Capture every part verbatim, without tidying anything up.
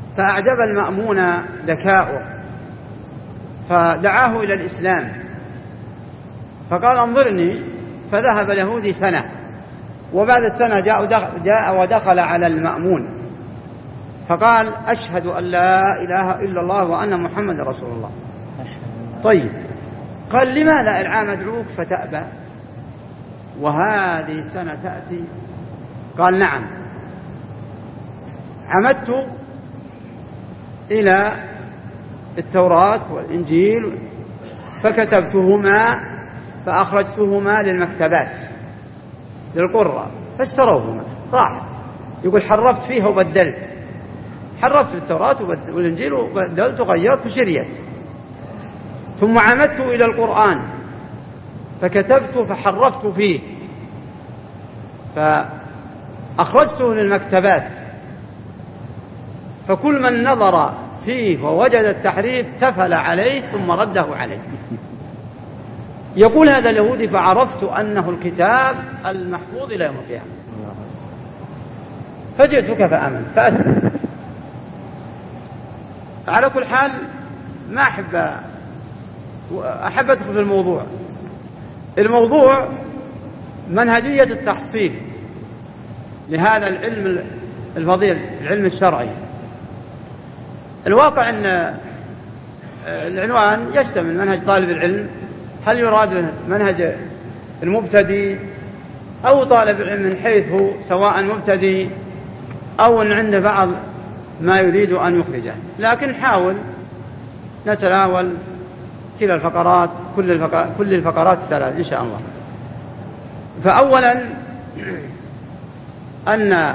فأعجب المأمون ذكاؤه فدعاه إلى الإسلام، فقال انظرني، فذهب اليهودي سنة، وبعد السنة جاء, جاء ودخل على المأمون فقال أشهد أن لا إله إلا الله وأن محمد رسول الله. طيب، قال لماذا العام أدعوك فتأبى وهذه السنة تأتي؟ قال نعم، عمدت إلى التوراة والإنجيل فكتبتهما فأخرجتهما للمكتبات للقراء فاشتروهما، راح يقول حرفت فيها وبدلت، حرفت التوراة والإنجيل وبدلت وغيرت وشريت. ثم عمدت إلى القرآن فكتبت فحرفت فيه فأخرجته للمكتبات، فكل من نظر فيه ووجد التحريف تفل عليه ثم رده عليه. يقول هذا اليهودي فعرفت أنه الكتاب المحفوظ إلى يوم القيامة، فجئتك فآمن فأسلم. على كل حال ما أحب أحب أدخل في الموضوع. الموضوع منهجية التحصيل لهذا العلم الفضيل، العلم الشرعي. الواقع أن العنوان يشتمل منهج طالب العلم، هل يراد منهج المبتدئ أو طالب العلم من حيث سواء مبتدئ أو أن عنده بعض ما يريد أن يخرجه، لكن حاول نتناول كلا الفقرات كل الفقرات, كل الفقرات الثلاث إن شاء الله. فأولا أن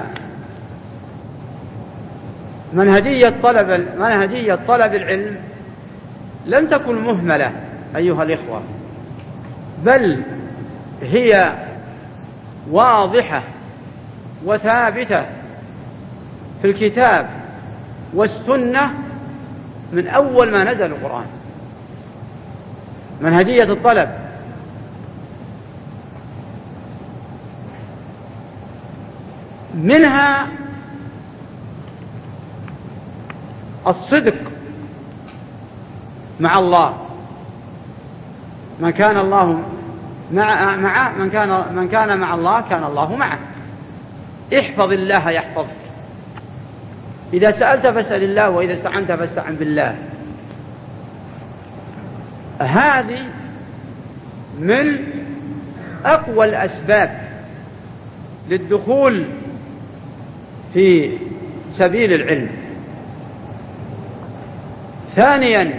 منهجية طلب منهجية طلب العلم لم تكن مهملة أيها الإخوة، بل هي واضحة وثابتة في الكتاب والسنة من أول ما نزل القرآن. منهجية الطلب منها الصدق مع الله، من كان الله مع, مع من كان من كان مع الله كان الله معه. احفظ الله يحفظك، إذا سألت فاسأل الله وإذا استعنت فاستعن بالله. هذه من أقوى الأسباب للدخول في سبيل العلم. ثانيا،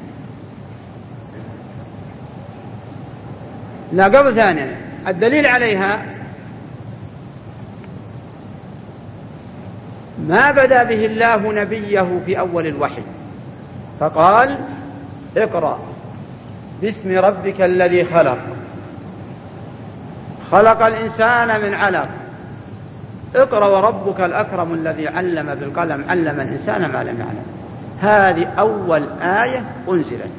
لا قبل ثانيا الدليل عليها ما بدأ به الله نبيه في أول الوحي فقال اقرأ باسم ربك الذي خلق خلق الإنسان من علق اقرأ وربك الأكرم الذي علم بالقلم علم الإنسان ما لم يعلم. هذه أول آية أنزلت.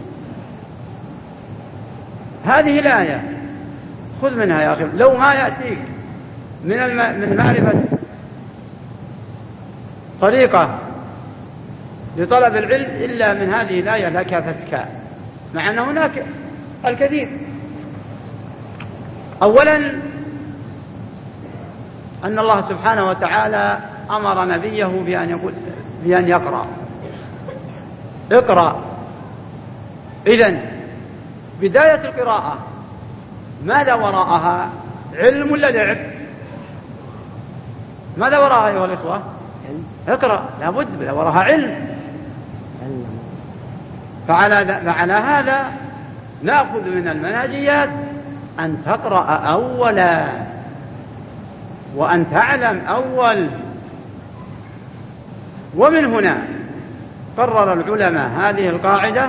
هذه الآية خذ منها يا أخي، لو ما يأتيك من الم... من معرفة طريقة لطلب العلم إلا من هذه الآية لك فتكا، مع أن هناك الكثير. أولا أن الله سبحانه وتعالى أمر نبيه بأن يقول بأن يقرأ اقرأ. إذن بداية القراءة ماذا وراءها؟ علم ولا لعب؟ ماذا وراءها أيها الإخوة؟ اقرأ، لابد وراءها علم. فعلى, فعلى هذا نأخذ من المنهجيات أن تقرأ أولا وأن تعلم أول. ومن هنا قرر العلماء هذه القاعدة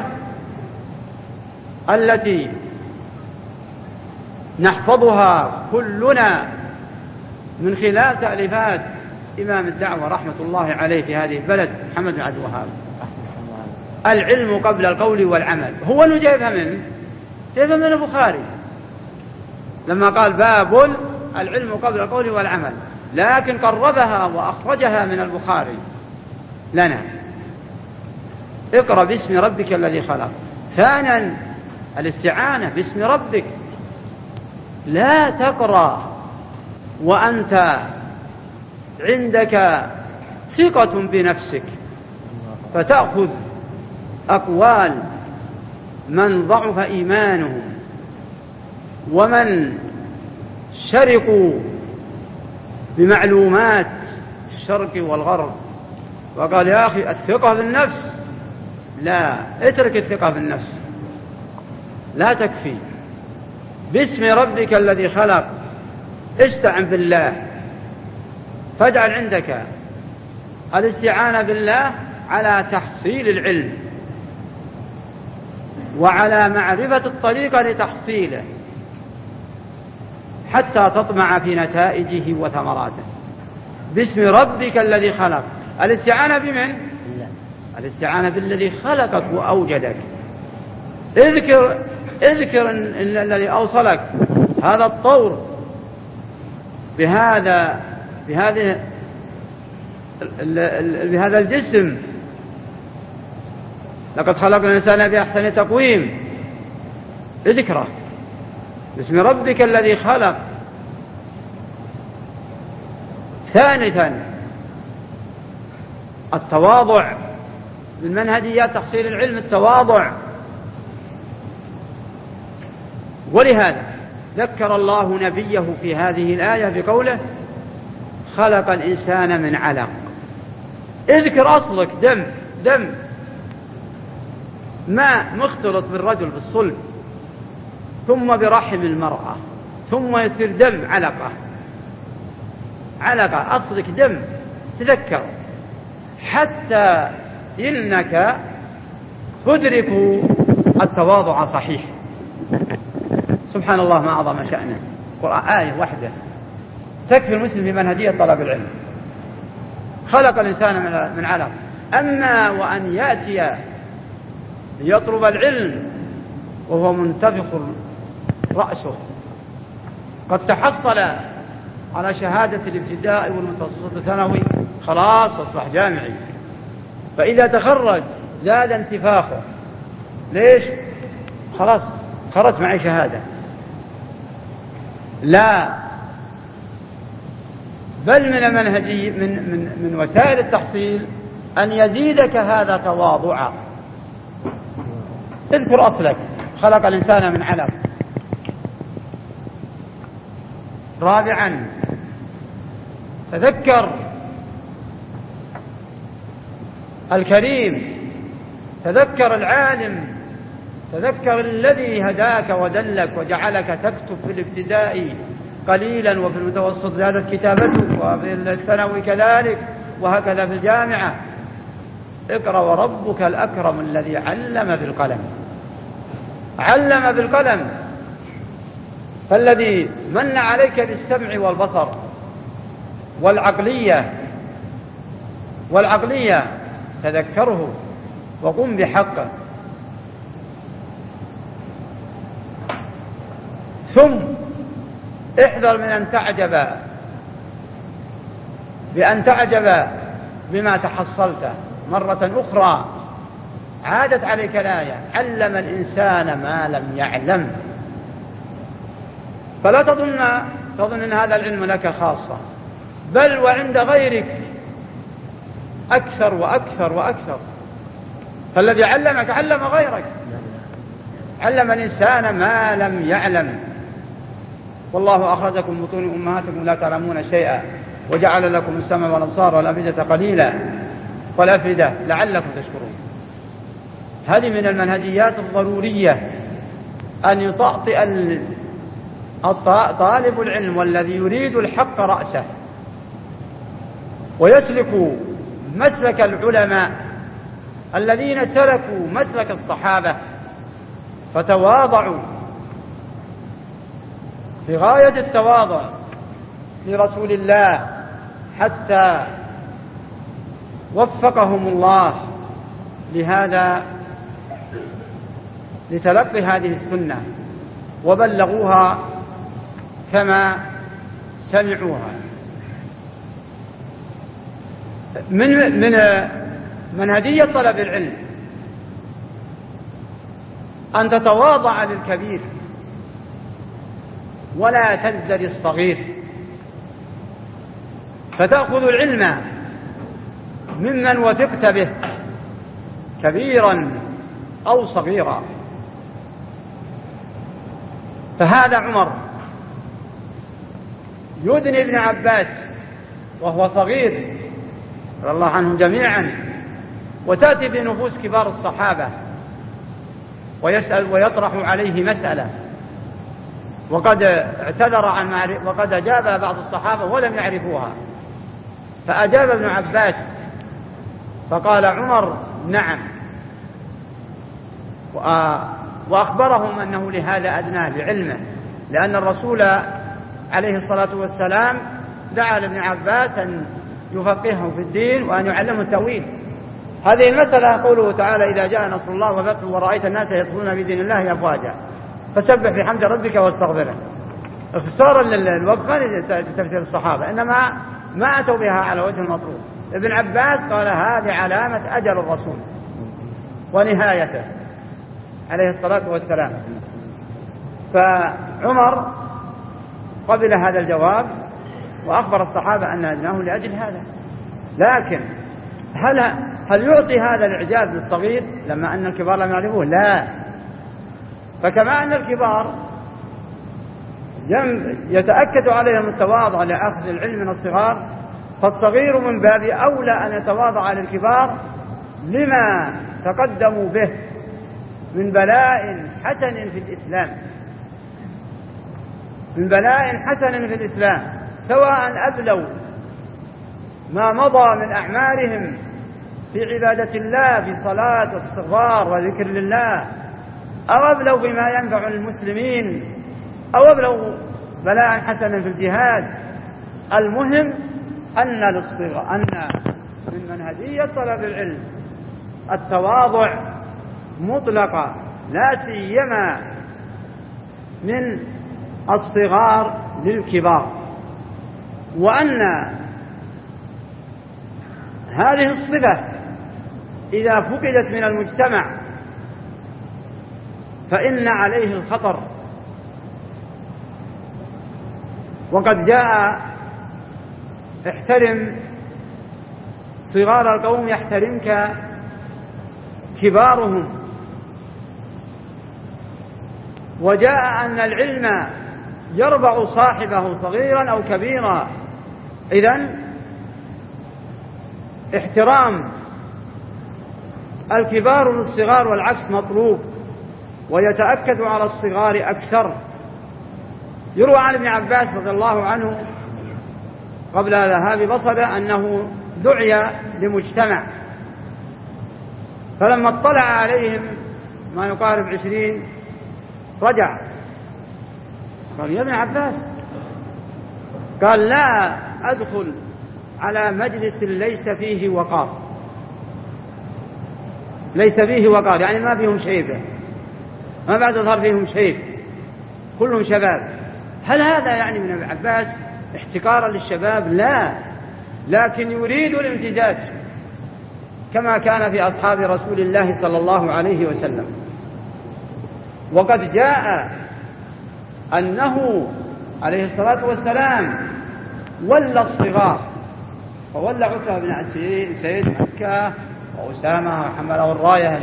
التي نحفظها كلنا من خلال تأليفات إمام الدعوة رحمة الله عليه في هذه البلد محمد بن عبد الوهاب: العلم قبل القول والعمل. هو اللي جايبها منه، جايبها من البخاري لما قال باب العلم قبل القول والعمل، لكن قربها وأخرجها من البخاري لنا اقرأ باسم ربك الذي خلق. ثانيا الاستعانة باسم ربك. لا تقرأ وأنت عندك ثقة بنفسك فتأخذ أقوال من ضعف إيمانهم ومن شرقوا بمعلومات الشرق والغرب وقال يا أخي الثقة بالنفس. لا، اترك الثقة بالنفس، لا تكفي. باسم ربك الذي خلق استعن بالله، فاجعل عندك الاستعانة بالله على تحصيل العلم وعلى معرفة الطريقة لتحصيله حتى تطمع في نتائجه وثمراته. باسم ربك الذي خلق. الاستعانة بمن؟ الاستعانة بالذي خلقك وأوجدك. اذكر اذكر الذي أوصلك هذا الطور بهذا بهذه بهذا الجسم. لقد خلقنا الإنسان بأحسن تقويم. اذكره باسم ربك الذي خلق. ثالثا التواضع. من منهجيات تحصيل العلم التواضع. ولهذا ذكر الله نبيه في هذه الآية بقوله خلق الإنسان من علق. اذكر أصلك دم دم ماء مختلط بالرجل بالصلب ثم برحم المرأة ثم يصير دم علقة علقة أصلك دم. تذكر حتى إنك تدرك التواضع صحيح. سبحان الله ما أعظم شأنه. قرآن آية واحدة تكفي المسلم في منهجية طلب العلم. خلق الإنسان من علق. أما وأن يأتي ليطلب العلم وهو منتفخ رأسه قد تحصل على شهادة الابتدائي والمتوسط الثانوي خلاص أصبح جامعي، فإذا تخرج زاد انتفاخه. ليش؟ خلاص خرج معي شهادة. لا، بل من المنهجي من, من, من وسائل التحصيل أن يزيدك هذا تواضعا. اذكر أصلك خلق الإنسان من علق. رابعا تذكر الكريم، تذكر العالم، تذكر الذي هداك ودلك وجعلك تكتب في الابتدائي قليلا وفي المتوسط زادت كتابتك وفي الثانوي كذلك وهكذا في الجامعة. اقرأ وربك الأكرم الذي علم بالقلم. علم بالقلم. فالذي من عليك بالسمع والبصر والعقلية والعقلية تذكره وقم بحقه. ثم احذر من أن تعجب بأن تعجب بما تحصلته مرة أخرى. عادت عليك الآية علم الإنسان ما لم يعلم. فلا تظن تظن أن هذا العلم لك خاصة، بل وعند غيرك أكثر وأكثر وأكثر. فالذي علمك علم غيرك. علم الإنسان ما لم يعلم. والله أخرجكم من بطون أمهاتكم لا تعلمون شيئا وجعل لكم السمع والأبصار والأفئدة قليلا والأفئدة لعلكم تشكرون. هذه من المنهجيات الضرورية أن يطأطئ طالب العلم والذي يريد الحق رأسه ويسلك مسلك العلماء الذين سلكوا مسلك الصحابة فتواضعوا في غاية التواضع لرسول الله حتى وفقهم الله لهذا لتلقي هذه السنة وبلغوها كما سمعوها. من من منهجية طلب العلم أن تتواضع للكبير ولا تزدري الصغير، فتأخذ العلم ممن وثقت به كبيرا أو صغيرا. فهذا عمر يدني ابن عباس وهو صغير رضي الله عنهم جميعا، وتأتي بنفوس كبار الصحابة ويسأل ويطرح عليه مسألة، وقد اعتذر عن معرفة وقد أجاب بعض الصحابة ولم يعرفوها، فأجاب ابن عباس فقال عمر نعم، وأخبرهم أنه لهذا أدناه بعلمه، لأن الرسول عليه الصلاة والسلام دعا لابن عباس أن يفقهه في الدين وأن يعلمه التأويل. هذه المسألة قوله تعالى إذا جاء نصر الله والفتح ورأيت الناس يدخلون في دين الله أفواجا فسبح بحمد ربك واستغفره. اختصارا للوقت ما تفسير الصحابة، إنما ما أتوا بها على وجه المطلوب. ابن عباس قال هذه علامة أجل الرسول ونهايته عليه الصلاة والسلام. فعمر قبل هذا الجواب وأخبر الصحابة أن أدناه لأجل هذا. لكن هل هل يعطي هذا الإعجاز للصغير لما أن الكبار لم يعرفوه؟ لا. فكما أن الكبار يتأكد عليهم التواضع لأخذ العلم من الصغار، فالصغير من باب أولى أن يتواضع للكبار لما تقدموا به من بلاء حسن في الإسلام من بلاء حسن في الإسلام سواء أبلوا ما مضى من أعمارهم في عبادة الله في صلاة واستغفار وذكر لله، أو أبلوا بما ينفع المسلمين، أو أبلوا بلاء حسنا في الجهاد. المهم أن للصغار أن من منهجية طلب العلم التواضع مطلقا، لا سيما من الصغار للكبار، وأن هذه الصفة إذا فقدت من المجتمع فإن عليه الخطر. وقد جاء احترم صغار القوم يحترمك كبارهم، وجاء أن العلم يربع صاحبه صغيرا أو كبيرا. إذن احترام الكبار للصغار والعكس مطلوب، ويتأكد على الصغار أكثر. يروى عن ابن عباس رضي الله عنه قبل ذهاب بصرة أنه دعي لمجتمع، فلما اطلع عليهم ما يقارب عشرين رجع قال يا ابن عباس، قال لا أدخل على مجلس ليس فيه وقار، ليس فيه وقار يعني ما فيهم شيبة، ما بعد ظهر فيهم شيب، كلهم شباب. هل هذا يعني من ابن عباس احتقارا للشباب؟ لا، لكن يريد الامتزاج كما كان في أصحاب رسول الله صلى الله عليه وسلم. وقد جاء أنه عليه الصلاة والسلام ولى الصغار، فولى عتبة بن عسير سيد مكة وأسامة وحمله الراية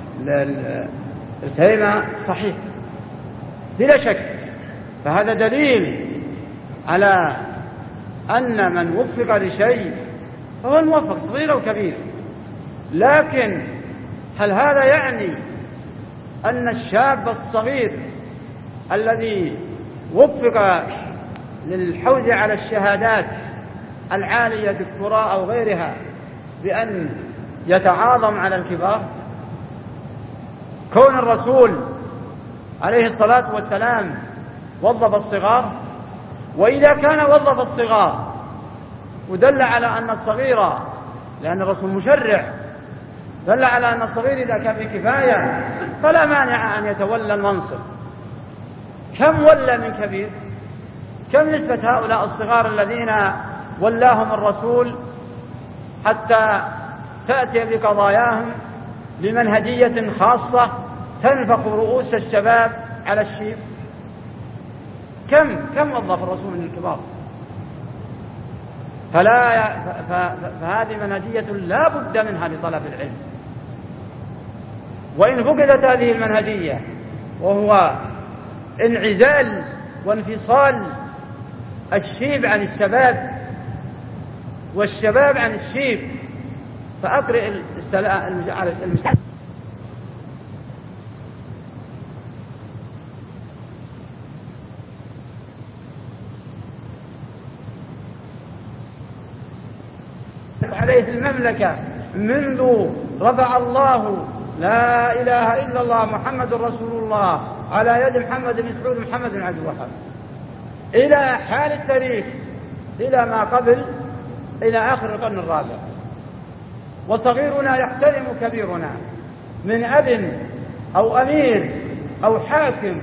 الهيمة صحيح بلا شك. فهذا دليل على أن من وفق لشيء فهو الموفق صغير أو كبير. لكن هل هذا يعني أن الشاب الصغير الذي وفق للحوز على الشهادات العالية دكتوراه أو غيرها بأن يتعاظم على الكبار؟ كون الرسول عليه الصلاة والسلام وظف الصغار، وإذا كان وظف الصغار ودل على أن الصغير، لأن الرسول مشرع، دل على أن الصغير إذا كان في كفاية فلا مانع أن يتولى المنصب. كم ولى من كبير؟ كم نسبة هؤلاء الصغار الذين ولاهم الرسول حتى تأتي بقضاياهم بمنهجية خاصة تنفخ رؤوس الشباب على الشيب؟ كم كم وظف الرسول من الكبار؟ فلا فهذه منهجية لا بد منها لطلب العلم. وإن فقدت هذه المنهجية وهو انعزال وانفصال الشيب عن الشباب والشباب عن الشيب، فأقرئ المسألة عليه المملكة منذ رفع الله لا إله إلا الله محمد رسول الله على يد محمد بن سعود محمد بن عبد الوهاب إلى حال التاريخ، إلى ما قبل، إلى آخر القرن الرابع. وصغيرنا يحترم كبيرنا من أب أو أمير أو حاكم.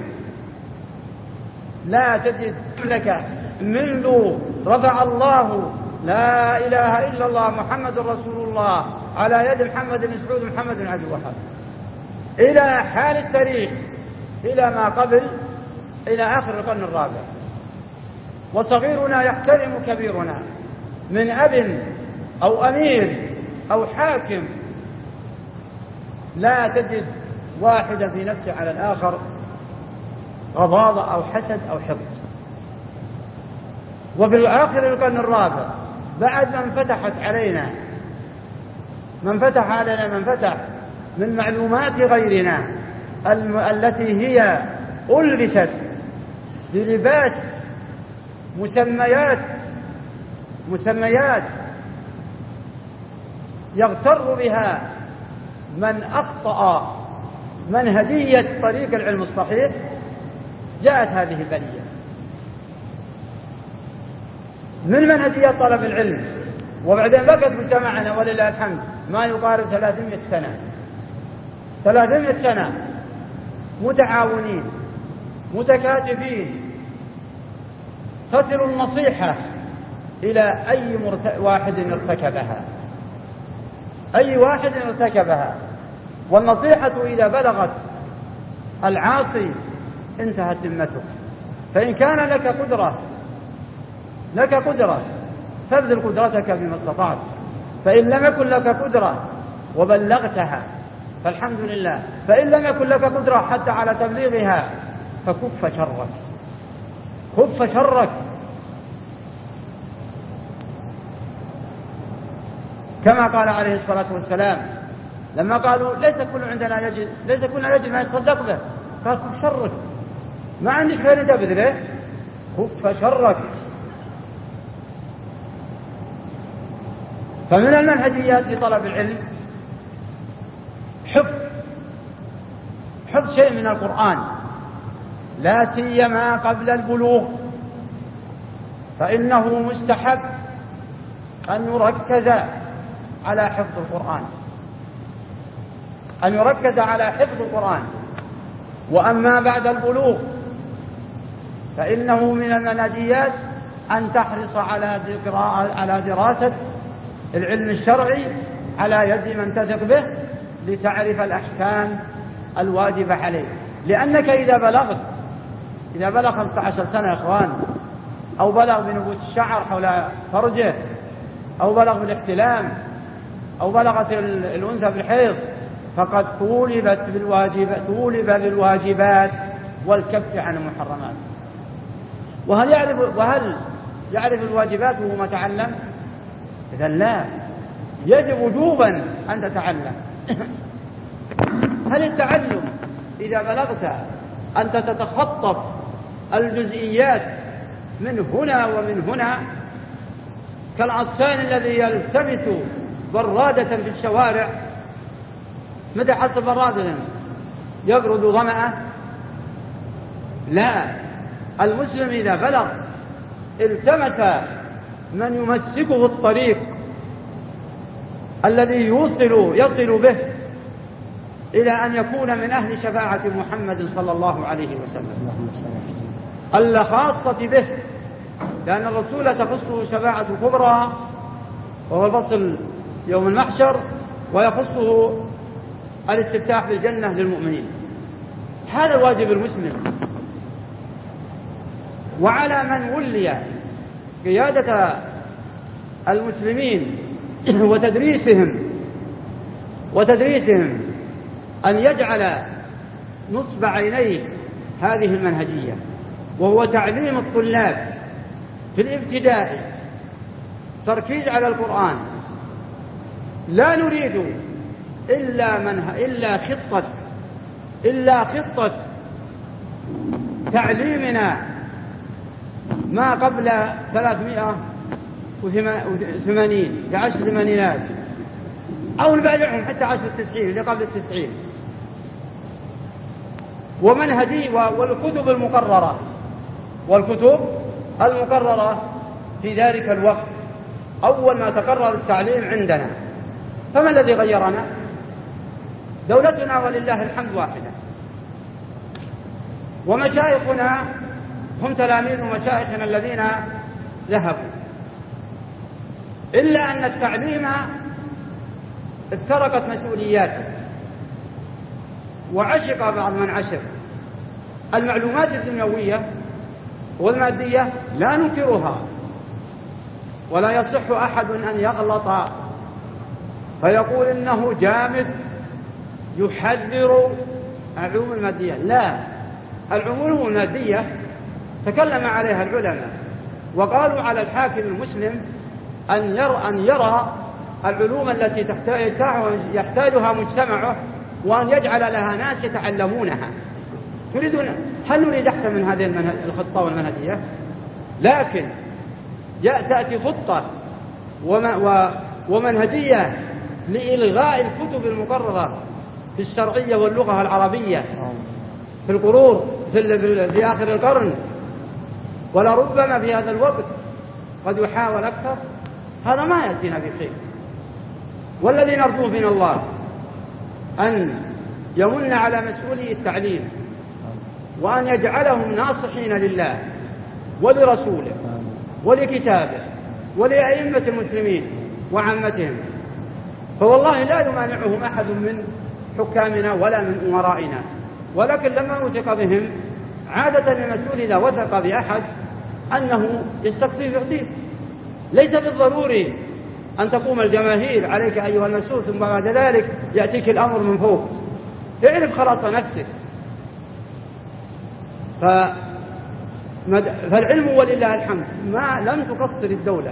لا تجد لك منذ رفع الله لا إله إلا الله محمد رسول الله على يد محمد بن سعود محمد بن عبد الوهاب إلى حال التاريخ، إلى ما قبل، إلى آخر القرن الرابع. وصغيرنا يحترم كبيرنا من أب أو أمير أو حاكم. لا تجد واحدا في نفسه على الآخر غضاضة أو حسد أو حقد. وفي آخر القرن الرابع بعد من فتحت علينا من فتح علينا من فتح من معلومات غيرنا الم... التي هي ألبست بلباس مسميات مسميات يغتر بها من أخطأ منهجية طريق العلم الصحيح، جاءت هذه البلية من منهجية طلب العلم. وبعدين بقت مجتمعنا ولله الحمد ما يقارب ثلاثمائة سنة ثلاثمائة سنة متعاونين متكاتفين، تصل النصيحة إلى أي مرت... واحد ارتكبها أي واحد ارتكبها والنصيحة إذا بلغت العاصي انتهت ذمته. فإن كان لك قدرة لك قدرة فابذل قدرتك بما استطعت، فإن لم يكن لك قدرة وبلغتها فالحمد لله، فإن لم يكن لك قدرة حتى على تبليغها فكف شرك كف شرك كما قال عليه الصلاة والسلام لما قالوا ليس كل عندنا يجد ليس كلنا يجد ما يتصدق به، قال كف شرك، ما عندك خير تبذله، كف شرك. فمن المنهجيات في طلب العلم حفظ حفظ شيء من القرآن، لا سيما قبل البلوغ، فإنه مستحب أن يركز على حفظ القرآن أن يركز على حفظ القرآن. وأما بعد البلوغ فإنه من المنهجيات أن تحرص على على دراسة العلم الشرعي على يد من تثق به لتعرف الأحكام الواجبة عليه. لأنك إذا بلغت إذا بلغ خمسة عشر سنة يا إخوان، أو بلغ بنبوت الشعر حول فرجه، أو بلغ بالاحتلام، أو بلغت الأنثى بالحيض، فقد طولبت بالواجبات طولب بالواجبات والكف عن المحرمات. وهل يعرف وهل يعرف الواجبات وهو متعلم؟ إذا لا، يجب وجوبا أن تتعلم. هل التعلم إذا بلغت أنت تتخطط الجزئيات من هنا ومن هنا كالعطشان الذي يلتمس برادة في الشوارع، متى حصل برادة يبرد ظمأه؟ لا، المسلم إذا بلغ التمس من يمسكه الطريق الذي يوصل يصل به إلى أن يكون من أهل شفاعة محمد صلى الله عليه وسلم الخاصة به، لأن الرسول تخصه شفاعة كبرى وهو الفصل يوم المحشر، ويخصه الاستفتاح بالجنة للمؤمنين. هذا واجب المسلم. وعلى من ولي قيادة المسلمين وتدريسهم وتدريسهم أن يجعل نصب عينيه هذه المنهجية، وهو تعليم الطلاب في الابتدائي تركيز على القرآن. لا نريد إلا منه إلا خطة إلا خطة تعليمنا ما قبل ثلاثمائة وثمانين لعشر ثمانينات، أو نبالغهم حتى عشر التسعين اللي قبل التسعين، ومنهجي والكتب المقررة والكتب المقررة في ذلك الوقت أول ما تقرر التعليم عندنا. فما الذي غيرنا؟ دولتنا ولله الحمد واحدة، ومشايخنا هم تلاميذ مشايخنا الذين ذهبوا، إلا أن التعليم افترقت مسؤولياته وعشق بعض من عشق. المعلومات الدنيوية والمادية لا ننكرها، ولا يصح أحد أن يغلط فيقول إنه جامد يحذر العلوم المادية. لا، العلوم المادية تكلم عليها العلماء وقالوا على الحاكم المسلم أن يرى, أن يرى العلوم التي يحتاجها مجتمعه وأن يجعل لها ناس يتعلمونها. تريدون هل نريد أحسن من هذه الخطة والمنهجية؟ لكن تأتي خطة ومنهجية لإلغاء الكتب المقررة في الشرعية واللغة العربية في القرون في آخر القرن، ولربما في هذا الوقت قد يحاول أكثر. هذا ما يأتينا بخير. والذي نرجوه من الله أن يمن على مسؤولي التعليم وأن يجعلهم ناصحين لله ولرسوله ولكتابه ولأئمة المسلمين وعامتهم. فوالله لا يمانعهم أحد من حكامنا ولا من أمرائنا، ولكن لما وثق بهم عادة المسؤول إذا وثق بأحد أنه يستقصي يعطيه. ليس بالضروري أن تقوم الجماهير عليك أيها المسؤول ثم بعد ذلك يأتيك الأمر من فوق. تعرف خلاص نفسك. فالعلم ولله الحمد ما لم تقصر الدولة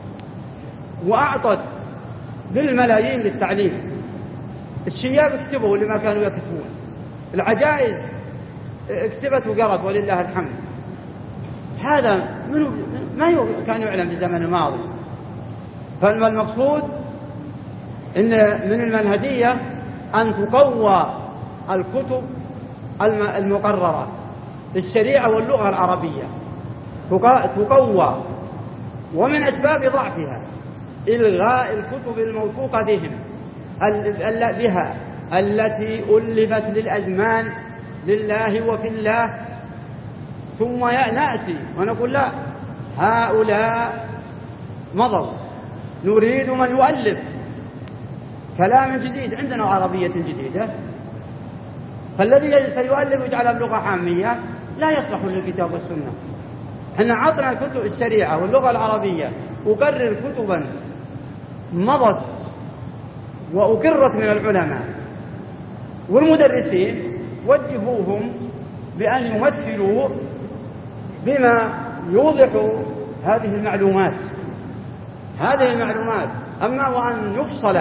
وأعطت بالملايين للتعليم. الشياب اكتبوا لما كانوا يكتبون، العجائز اكتبت وقرت ولله الحمد. هذا منه ما كان يعلم في الزمن الماضي. فالمقصود إن من المنهجية أن تقوى الكتب المقررة في الشريعة واللغة العربية، تقوى. ومن أسباب ضعفها إلغاء الكتب الموثوقة بهم بها التي ألفت للأزمان لله وفي الله، ثم نأتي ونقول لا، هؤلاء مضوا، نريد من يؤلف كلام جديد. عندنا عربية جديدة، فالذي سيؤلف يجعل اللغة حامية لا يصلح للكتاب والسنة. احنا عطنا كتب الشريعة واللغة العربية أقرر كتبا مضت وأقرت من العلماء والمدرسين، وجهوهم بأن يمثلوا بما يوضح هذه المعلومات هذه المعلومات أما وأن يفصل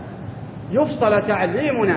يفصل تعليمنا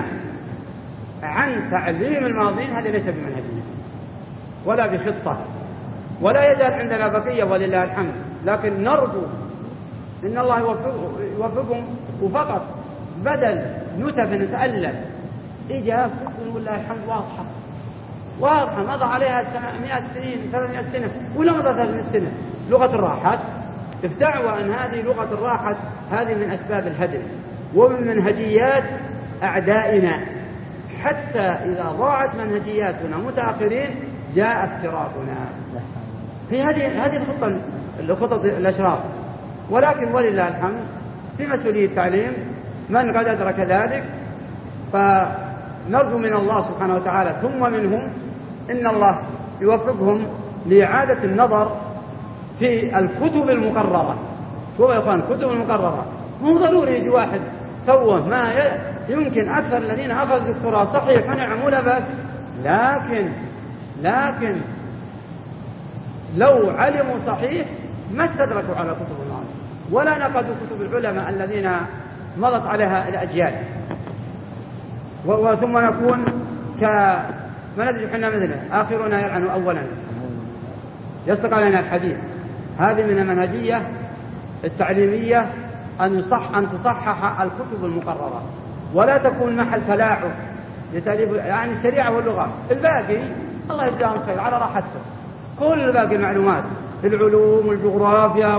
عن تعليم الماضين، هذا ليس بمنهجية ولا بخطة، ولا يزال عندنا بقية ولله الحمد. لكن نرجو إن الله يوفقهم، وفقط بدل نتف نتألف إجابة والله الحمد واضحة واضحة مضى عليها مئة سنين ثلاثمائة سنة ولا مضى ثلاثمائة سنة. لغة الراحات افتعوا أن هذه لغة الراحة هذه من أسباب الهدم ومن منهجيات أعدائنا، حتى إذا ضاعت منهجياتنا متأخرين جاء افتراقنا في هذه هذه الخطة الخطط الأشراف. ولكن ولله الحمد في مسؤولية التعليم من قد أدرك ذلك نرجو من الله سبحانه وتعالى ثم منهم إن الله يوفقهم لإعادة النظر في الكتب المقررة. شوفوا يا إخوان، الكتب المقررة مو ضروري يجي واحد سوه ما يمكن. أكثر الذين أخذوا دكتوراه صحيح ونعم ولا بأس، لكن لكن لو علموا صحيح ما استدركوا على كتب العلماء ولا نقدوا كتب العلماء الذين مضت عليها الأجيال. وثم نكون كما ندري حنا مثله آخرنا يلعن أولا. يصدق علينا الحديث. هذه من المنهجية التعليمية أن يصح أن تصحح الكتب المقررة ولا تكون محل تلاعب لتأليف يعني الشريعة واللغة. الباقي الله يجزاهم خير على راحته، كل باقي المعلومات العلوم والجغرافيا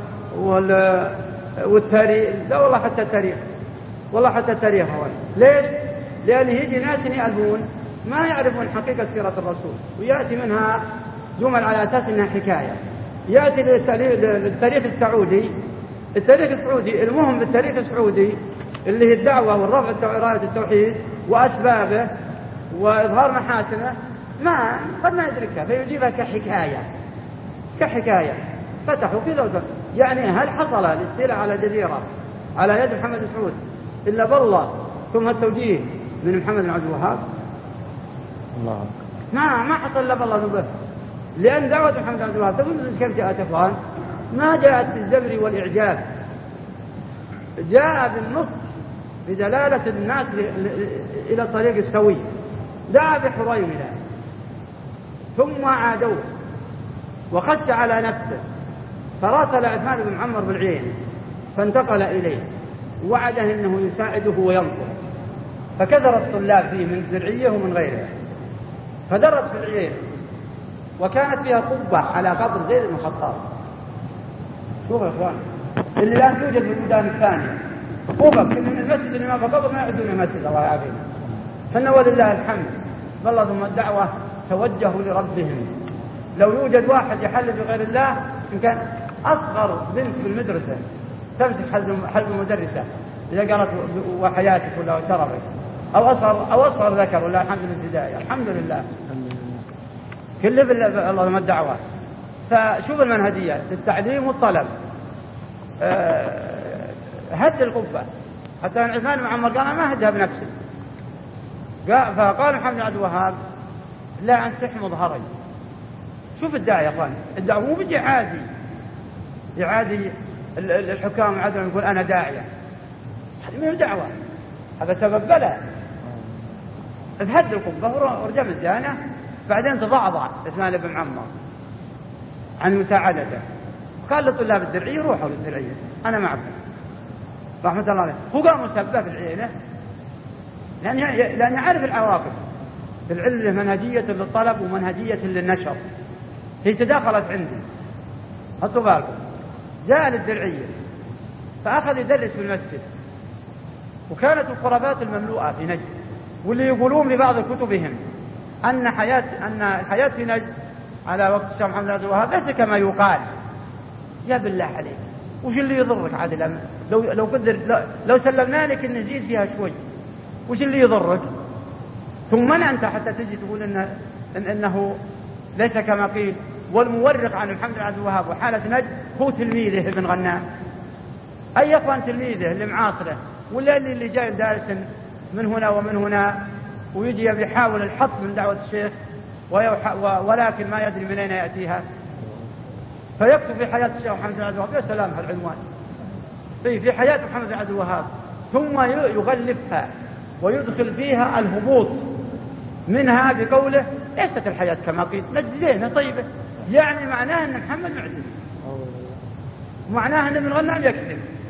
والتاريخ، لا والله حتى التاريخ، والله حتى التاريخ هو. ليش؟ لأن يجي ناس يألفون ما يعرفون حقيقة سيرة الرسول ويأتي منها جمل على أساس أنها حكاية. يأتي للتاريخ السعودي، التاريخ السعودي المهم بالتاريخ السعودي اللي هي الدعوة والرفع راية التوحيد وأسبابه وإظهار محاسنه ما قد ما يدركها فيجيبها كحكاية كحكاية فتحوا كذا وكذا. يعني هل حصل الاستيلاء على جزيرة على يد محمد سعود إلا بالله ثم التوجيه من محمد بن عبد الوهاب؟ الله ما ما حصل إلا بالله نبه. لأن دعوة محمد بن عبد الوهاب تقول كيف جاءت إخوان؟ ما جاءت بالزبر والإعجاز، جاء بالنص بدلالة الناس إلى الطريق السوي. دعا بحريملة ثم عادوه وخش على نفسه فراسل عثمان بن عمر بالعين فانتقل إليه ووعده أنه يساعده وينصر. فكثر الطلاب فيه من الزرعية ومن غيرها، فدرس في العين وكانت فيها قبة على قبر زيد بن الخطاب. شوفوا يا إخوان اللي الآن توجد في البلدان الثانية قبة من المسجد اللي ما في قبر ما يعدون مسجد الله يعافينا. فإنه ولله الحمد والله ثم الدعوة توجهوا لربهم. لو يوجد واحد يحل بغير الله إن كان أصغر بنت في المدرسة تمسك حلب المدرسة إذا قالت وحياتك ولا شرفك، أو أصغر أو أصغر ذكر ولا الحمد لله الحمد لله كل بالله الله ثم الدعوة. فشوف المنهجية التعليم والطلب. أه هد القبة حتى أن عثمان بن عمر قال ما هدها بنفسه. فقال محمد بن عبد الوهاب لا أنت تحمض هري. شوف الداعي يا أخوان، الدعوة مو بيجي عادي يعادي الحكام عدم يقول أنا داعية، هذه من دعوة، هذا سبب بلاء. هد القبة ورجم الزانة بعدين تضعضع عثمان بن عمر عن مساعدته. قال لطلاب الدرعية روحوا للدرعية أنا معكم رحمة الله عليه. هو قام مسبب العينة لأن لأن يعرف العواقب. العلة منهجية للطلب ومنهجية للنشر، هي تداخلت عندي. حطوا بالكم جاء للدرعية فأخذ يدرس في المسجد، وكانت الخرافات المملوءة في نجد، واللي يقولون ببعض كتبهم أن حياة أن الحياة في نجد على وقت الشيخ محمد بن عبد الوهاب ليس كما يقال. يا بالله عليك وش اللي يضرك عادل؟ لو لو قدر لو سلمنا لك ان نزيد فيها شوي وش اللي يضرك؟ ثم أنت حتى تجي تقول إن إن انه ليس كما قيل. والمورق عن محمد بن عبد الوهاب وحالة نجد هو تلميذه ابن غنام. اي اخوان تلميذه اللي معاصره ولا اللي, اللي جاي دارس من هنا ومن هنا ويجي يحاول الحط من دعوة الشيخ ولكن ما يدري من اين يأتيها. فيكتب في حياة الشيخ محمد بن عبد الوهاب يا سلام هالعنوان في حياة محمد بن عبد الوهاب، ثم يغلفها ويدخل فيها الهبوط منها بقوله ليست الحياة كما قيل نجد زينة طيبة. يعني معناه أن محمد معجز، معناه أن ابن غنام يكذب.